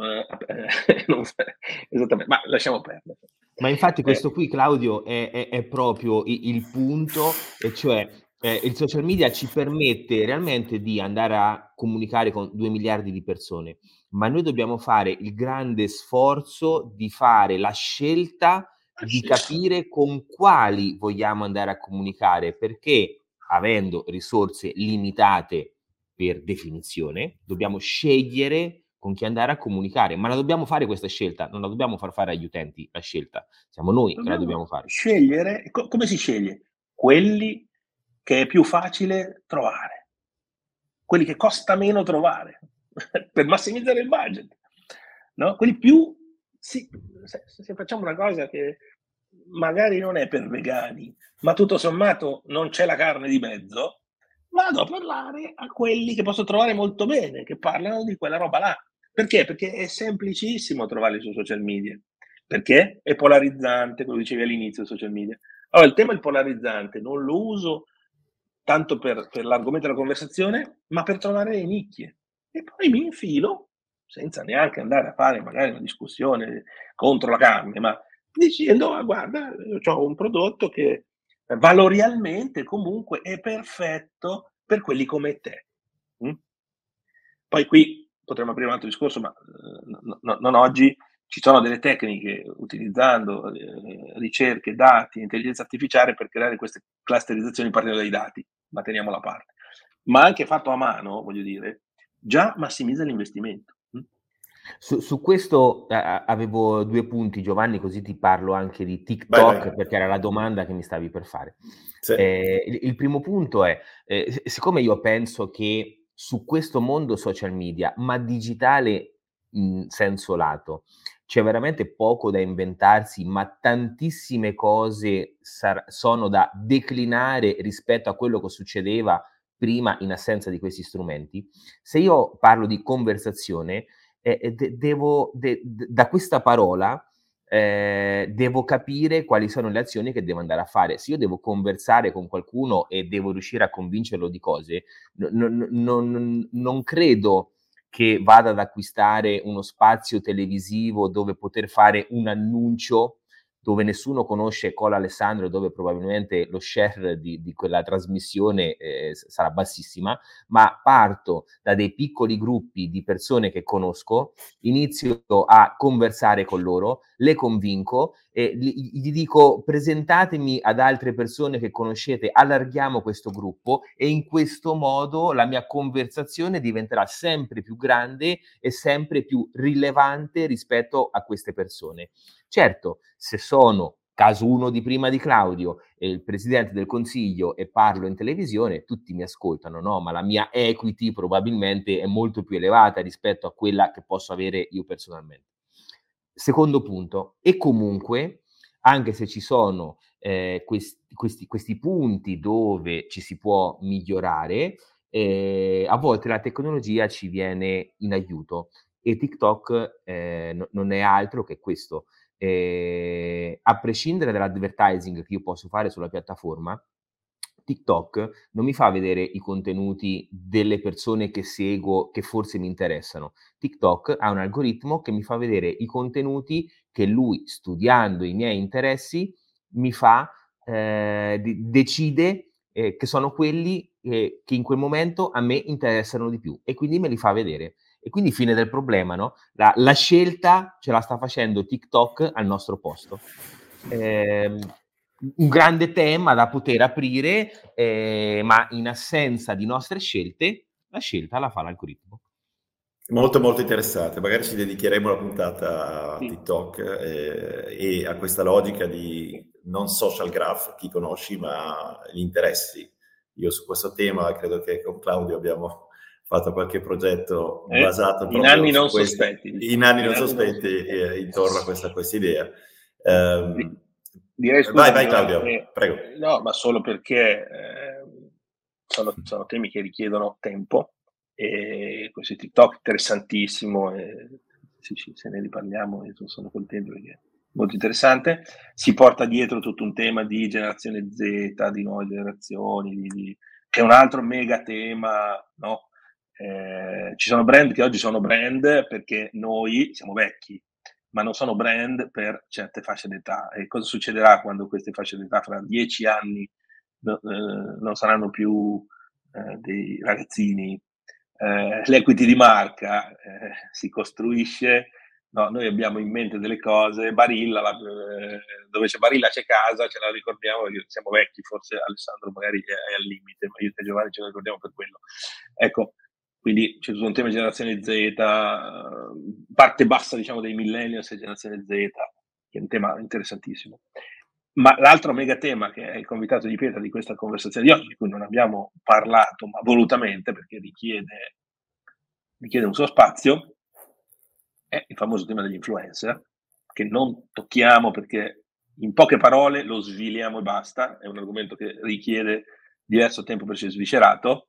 S3: Esattamente, ma lasciamo perdere.
S2: Ma infatti questo qui, Claudio, è proprio il punto, e cioè il social media ci permette realmente di andare a comunicare con 2 miliardi di persone, ma noi dobbiamo fare il grande sforzo di fare la scelta di capire con quali vogliamo andare a comunicare, perché avendo risorse limitate per definizione, dobbiamo scegliere con chi andare a comunicare, ma la dobbiamo fare questa scelta, non la dobbiamo far fare agli utenti la scelta, siamo noi che la dobbiamo fare.
S3: Scegliere, come si sceglie? Quelli che è più facile trovare, quelli che costa meno trovare, per massimizzare il budget, no? Quelli più, sì, se facciamo una cosa che magari non è per vegani, ma tutto sommato non c'è la carne di mezzo, vado a parlare a quelli che posso trovare molto bene, che parlano di quella roba là. Perché? Perché è semplicissimo trovarli su social media. Perché? È polarizzante, come dicevi all'inizio, social media. Allora, il tema è il polarizzante, non lo uso tanto per l'argomento della conversazione, ma per trovare le nicchie. E poi mi infilo, senza neanche andare a fare magari una discussione contro la carne, ma dicendo, guarda, ho un prodotto che valorialmente comunque è perfetto per quelli come te. Poi qui potremmo aprire un altro discorso, ma non oggi. Ci sono delle tecniche utilizzando ricerche, dati, intelligenza artificiale per creare queste clusterizzazioni partendo dai dati, ma teniamola a parte. Ma anche fatto a mano, voglio dire, già massimizza l'investimento.
S2: Su questo avevo 2 punti, Giovanni, così ti parlo anche di TikTok, vai. Perché era la domanda che mi stavi per fare. Sì. Il primo punto è, siccome io penso che su questo mondo social media, ma digitale in senso lato, c'è veramente poco da inventarsi, ma tantissime cose sono da declinare rispetto a quello che succedeva prima in assenza di questi strumenti. Se io parlo di conversazione, da questa parola devo capire quali sono le azioni che devo andare a fare. Se io devo conversare con qualcuno e devo riuscire a convincerlo di cose, non credo che vada ad acquistare uno spazio televisivo dove poter fare un annuncio dove nessuno conosce Cola Alessandro, dove probabilmente lo share di quella trasmissione sarà bassissima, ma parto da dei piccoli gruppi di persone che conosco, inizio a conversare con loro, le convinco e gli dico presentatemi ad altre persone che conoscete, allarghiamo questo gruppo e in questo modo la mia conversazione diventerà sempre più grande e sempre più rilevante rispetto a queste persone. Certo, se sono caso uno di prima di Claudio, il presidente del consiglio e parlo in televisione, tutti mi ascoltano, no? Ma la mia equity probabilmente è molto più elevata rispetto a quella che posso avere io personalmente. Secondo punto, e comunque, anche se ci sono questi punti dove ci si può migliorare, a volte la tecnologia ci viene in aiuto e TikTok non è altro che questo. A prescindere dall'advertising che io posso fare sulla piattaforma, TikTok non mi fa vedere i contenuti delle persone che seguo che forse mi interessano. TikTok ha un algoritmo che mi fa vedere i contenuti che lui, studiando i miei interessi, mi fa decide che sono quelli che in quel momento a me interessano di più e quindi me li fa vedere. E quindi fine del problema, no? La scelta ce la sta facendo TikTok al nostro posto. Un grande tema da poter aprire, ma in assenza di nostre scelte, la scelta la fa l'algoritmo.
S4: Molto molto interessante, magari ci dedicheremo la puntata a TikTok e a questa logica di non social graph, chi conosci, ma gli interessi. Io su questo tema credo che con Claudio abbiamo fatto qualche progetto basato
S3: in anni non sospetti.
S4: In anni non sospetti intorno a questa idea.
S3: Direi scusa,
S4: vai Claudio, prego.
S3: No, ma solo perché sono temi che richiedono tempo. E questo TikTok interessantissimo, sì, se ne riparliamo, io sono contento perché è molto interessante. Si porta dietro tutto un tema di generazione Z, di nuove generazioni, che è un altro mega tema, no? Ci sono brand che oggi sono brand perché noi siamo vecchi, ma non sono brand per certe fasce d'età. E cosa succederà quando queste fasce d'età fra 10 anni non saranno più dei ragazzini? L'equity di marca si costruisce, no, noi abbiamo in mente delle cose, Barilla, dove c'è Barilla c'è casa, ce la ricordiamo, siamo vecchi, forse Alessandro magari è al limite, ma io e Giovanni ce la ricordiamo per quello. Ecco, quindi c'è tutto un tema generazione Z, parte bassa diciamo dei millennials e generazione Z, che è un tema interessantissimo. Ma l'altro mega tema che è il convitato di pietra di questa conversazione di oggi, di cui non abbiamo parlato, ma volutamente perché richiede un suo spazio, è il famoso tema degli influencer, che non tocchiamo perché in poche parole lo sviliamo e basta, è un argomento che richiede diverso tempo per essere sviscerato,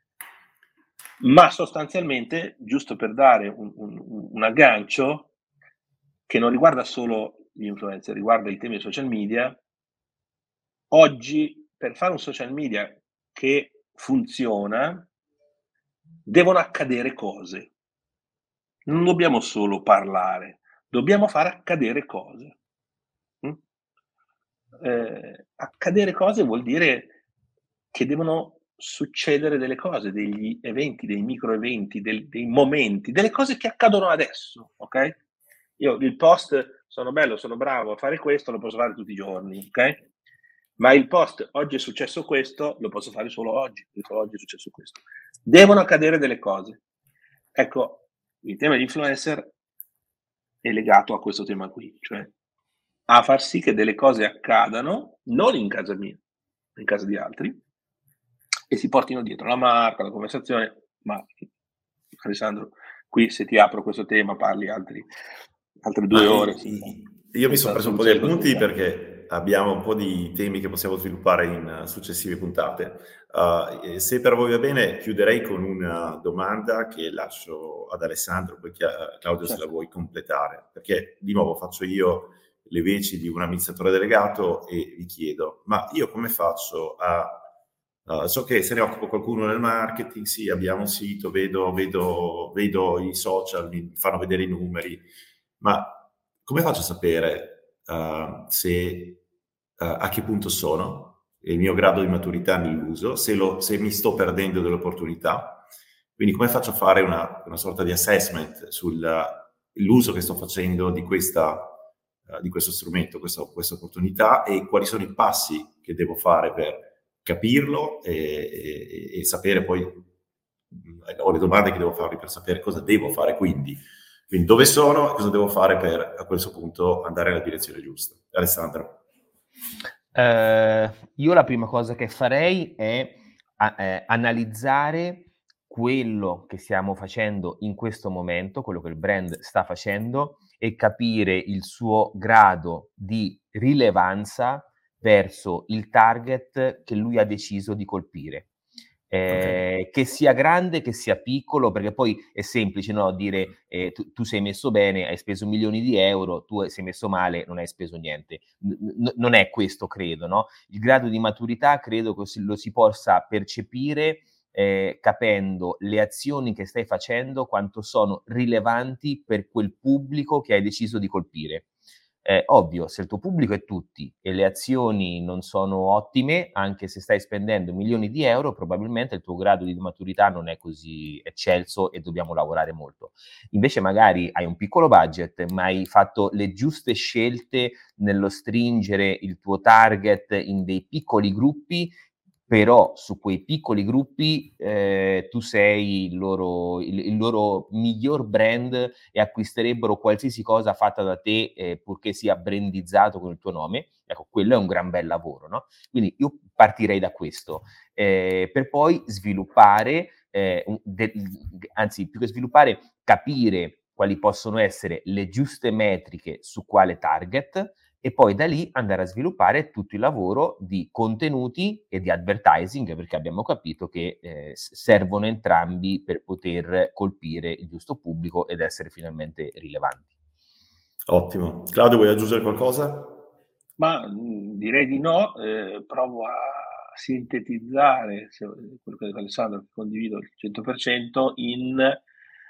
S3: ma sostanzialmente, giusto per dare un aggancio che non riguarda solo gli influencer, riguarda i temi dei social media. Oggi, per fare un social media che funziona, devono accadere cose. Non dobbiamo solo parlare, dobbiamo far accadere cose. Accadere cose vuol dire che devono succedere delle cose, degli eventi, dei micro eventi, dei momenti, delle cose che accadono adesso, ok? Io il post sono bello, sono bravo a fare questo, lo posso fare tutti i giorni, ok? Ma il post oggi è successo questo, lo posso fare solo oggi, perché oggi è successo questo. Devono accadere delle cose. Ecco, il tema di influencer è legato a questo tema qui, cioè a far sì che delle cose accadano, non in casa mia, in casa di altri, e si portino dietro la marca, la conversazione. Ma Alessandro, qui se ti apro questo tema parli altre 2 ore.
S4: Io mi sono preso un po' di appunti perché abbiamo un po' di temi che possiamo sviluppare in successive puntate. Se per voi va bene, chiuderei con una domanda che lascio ad Alessandro, poi Claudio se la vuoi completare, perché di nuovo faccio io le veci di un amministratore delegato e vi chiedo, ma io come faccio a... so che se ne occupa qualcuno nel marketing, sì, abbiamo un sito, vedo i social, mi fanno vedere i numeri, ma come faccio a sapere se a che punto sono, il mio grado di maturità nell'uso, se mi sto perdendo delle opportunità? Quindi come faccio a fare una sorta di assessment sull'uso che sto facendo di questo strumento, questa opportunità, e quali sono i passi che devo fare per capirlo e sapere poi, ho le domande che devo farmi per sapere cosa devo fare, quindi dove sono e cosa devo fare per a questo punto andare nella direzione giusta. Alessandro.
S2: Io la prima cosa che farei è analizzare quello che stiamo facendo in questo momento, quello che il brand sta facendo, e capire il suo grado di rilevanza verso il target che lui ha deciso di colpire. Okay. Che sia grande, che sia piccolo, perché poi è semplice, no, dire tu sei messo bene, hai speso milioni di euro, tu sei messo male, non hai speso niente. Non è questo, credo, no? Il grado di maturità credo che lo si possa percepire capendo le azioni che stai facendo, quanto sono rilevanti per quel pubblico che hai deciso di colpire. Ovvio, se il tuo pubblico è tutti e le azioni non sono ottime, anche se stai spendendo milioni di euro, probabilmente il tuo grado di maturità non è così eccelso e dobbiamo lavorare molto. Invece magari hai un piccolo budget, ma hai fatto le giuste scelte nello stringere il tuo target in dei piccoli gruppi, però su quei piccoli gruppi tu sei il loro miglior brand e acquisterebbero qualsiasi cosa fatta da te purché sia brandizzato con il tuo nome. Ecco, quello è un gran bel lavoro, no? Quindi io partirei da questo, per poi sviluppare, anzi più che sviluppare, capire quali possono essere le giuste metriche su quale target, e poi da lì andare a sviluppare tutto il lavoro di contenuti e di advertising, perché abbiamo capito che servono entrambi per poter colpire il giusto pubblico ed essere finalmente rilevanti.
S4: Ottimo. Claudio, vuoi aggiungere qualcosa?
S3: Ma direi di no, provo a sintetizzare quello che ha detto Alessandro, che condivido il 100%, in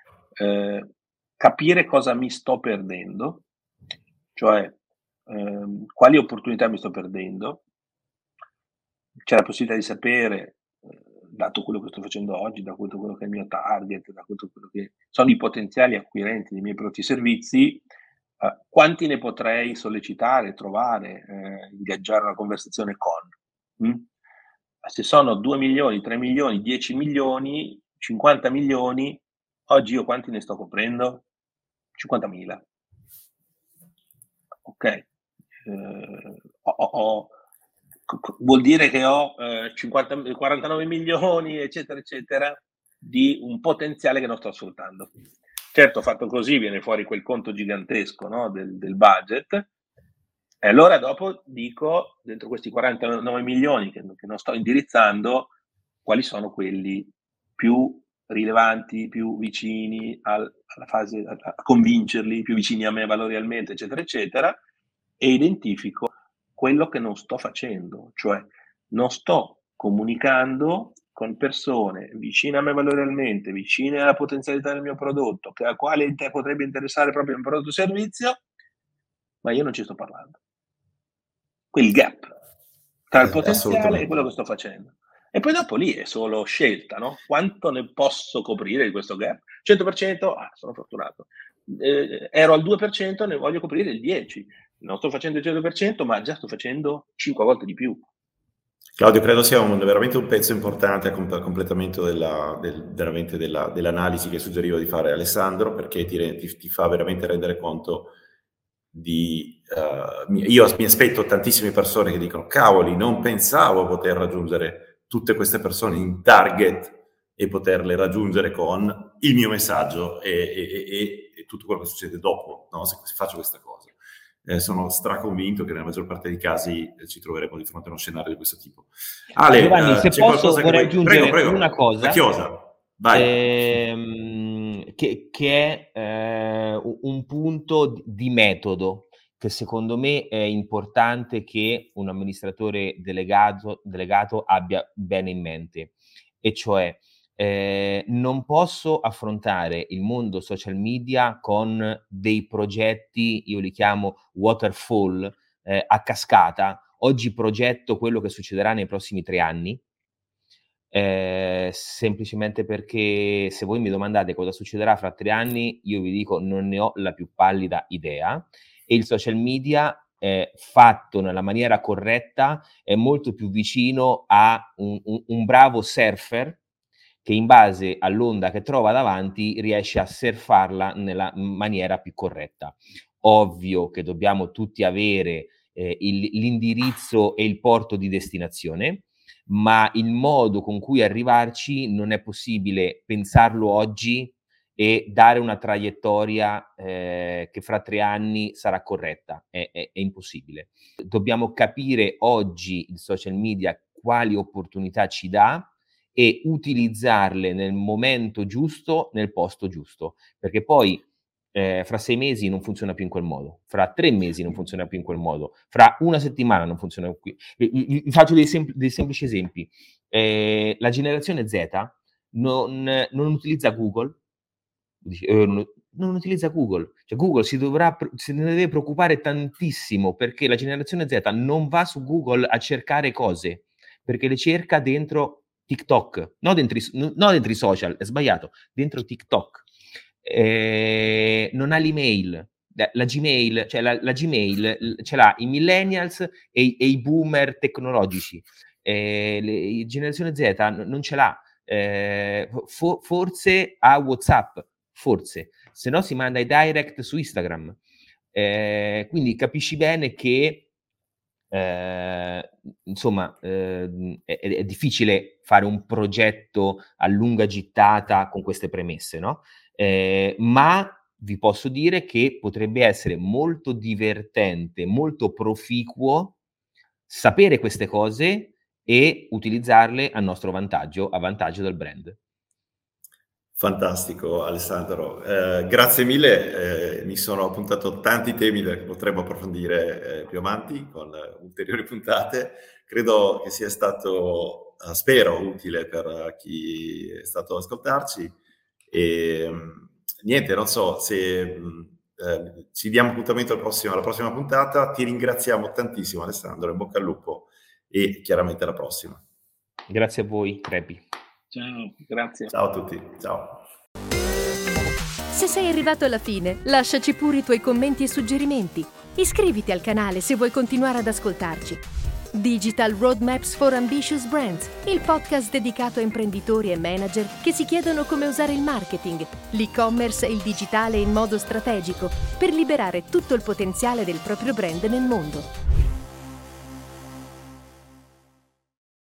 S3: capire cosa mi sto perdendo, cioè quali opportunità mi sto perdendo. C'è la possibilità di sapere, dato quello che sto facendo oggi, da quello che è il mio target, da quello che sono i potenziali acquirenti dei miei prodotti e servizi, quanti ne potrei sollecitare, trovare, ingaggiare una conversazione con. Se sono 2 milioni, 3 milioni, 10 milioni, 50 milioni, oggi io quanti ne sto coprendo? 50.000. Ok. Vuol dire che ho 49 milioni, eccetera, eccetera, di un potenziale che non sto sfruttando. Certo, fatto così viene fuori quel conto gigantesco, no, del budget, e allora dopo dico, dentro questi 49 milioni che non sto indirizzando, quali sono quelli più rilevanti, più vicini alla fase, a convincerli, più vicini a me valorialmente, eccetera, eccetera, e identifico quello che non sto facendo, cioè non sto comunicando con persone vicine a me valorialmente, vicine alla potenzialità del mio prodotto, a quale potrebbe interessare proprio un prodotto o servizio, ma io non ci sto parlando. Quel gap tra il potenziale e quello che sto facendo. E poi dopo lì è solo scelta, no? Quanto ne posso coprire di questo gap? 100%? Sono fortunato. Ero al 2%, ne voglio coprire il 10%. Non sto facendo il 100%, ma già sto facendo 5 volte di più.
S4: Claudio, credo sia veramente un pezzo importante a completamento dell'analisi che suggeriva di fare Alessandro, perché ti fa veramente rendere conto di... io mi aspetto tantissime persone che dicono cavoli, non pensavo poter raggiungere tutte queste persone in target e poterle raggiungere con il mio messaggio e tutto quello che succede dopo, no? Se faccio questa cosa. Sono straconvinto che nella maggior parte dei casi ci troveremo di fronte a uno scenario di questo tipo. Ale,
S2: Giovanni, se posso vorrei aggiungere
S4: prego.
S2: una cosa.
S4: La chiosa, vai.
S2: Che è un punto di metodo che secondo me è importante che un amministratore delegato abbia bene in mente, e cioè non posso affrontare il mondo social media con dei progetti, io li chiamo waterfall, a cascata. Oggi progetto quello che succederà nei prossimi 3 anni, semplicemente perché se voi mi domandate cosa succederà fra 3 anni, io vi dico non ne ho la più pallida idea, e il social media fatto nella maniera corretta è molto più vicino a un bravo surfer che in base all'onda che trova davanti riesce a surfarla nella maniera più corretta. Ovvio che dobbiamo tutti avere l'indirizzo e il porto di destinazione, ma il modo con cui arrivarci non è possibile pensarlo oggi e dare una traiettoria che fra 3 anni sarà corretta. È impossibile. Dobbiamo capire oggi il social media quali opportunità ci dà e utilizzarle nel momento giusto, nel posto giusto, perché poi fra 6 mesi non funziona più in quel modo, fra 3 mesi non funziona più in quel modo, fra una settimana non funziona più. Vi faccio dei semplici esempi. La generazione Z non utilizza Google, Dici, non utilizza Google. Cioè Google se ne deve preoccupare tantissimo, perché la generazione Z non va su Google a cercare cose, perché le cerca dentro TikTok, no dentro i social, è sbagliato, dentro TikTok. Non ha l'email. La Gmail, cioè la Gmail ce l'ha i millennials e i boomer tecnologici. La generazione Z non ce l'ha. Forse ha WhatsApp, forse, se no si manda i direct su Instagram. Quindi capisci bene che insomma è difficile fare un progetto a lunga gittata con queste premesse, no? Ma vi posso dire che potrebbe essere molto divertente, molto proficuo sapere queste cose e utilizzarle a nostro vantaggio, a vantaggio del brand.
S4: Fantastico Alessandro, grazie mille, mi sono appuntato tanti temi che potremo approfondire più avanti con ulteriori puntate. Credo che sia stato, spero, utile per chi è stato ad ascoltarci e niente, non so se ci diamo appuntamento alla prossima puntata. Ti ringraziamo tantissimo Alessandro, in bocca al lupo e chiaramente alla prossima.
S2: Grazie a voi, Crepi.
S3: Ciao, grazie.
S4: Ciao a tutti, ciao.
S1: Se sei arrivato alla fine, lasciaci pure i tuoi commenti e suggerimenti. Iscriviti al canale se vuoi continuare ad ascoltarci. Digital Roadmaps for Ambitious Brands, il podcast dedicato a imprenditori e manager che si chiedono come usare il marketing, l'e-commerce e il digitale in modo strategico per liberare tutto il potenziale del proprio brand nel mondo.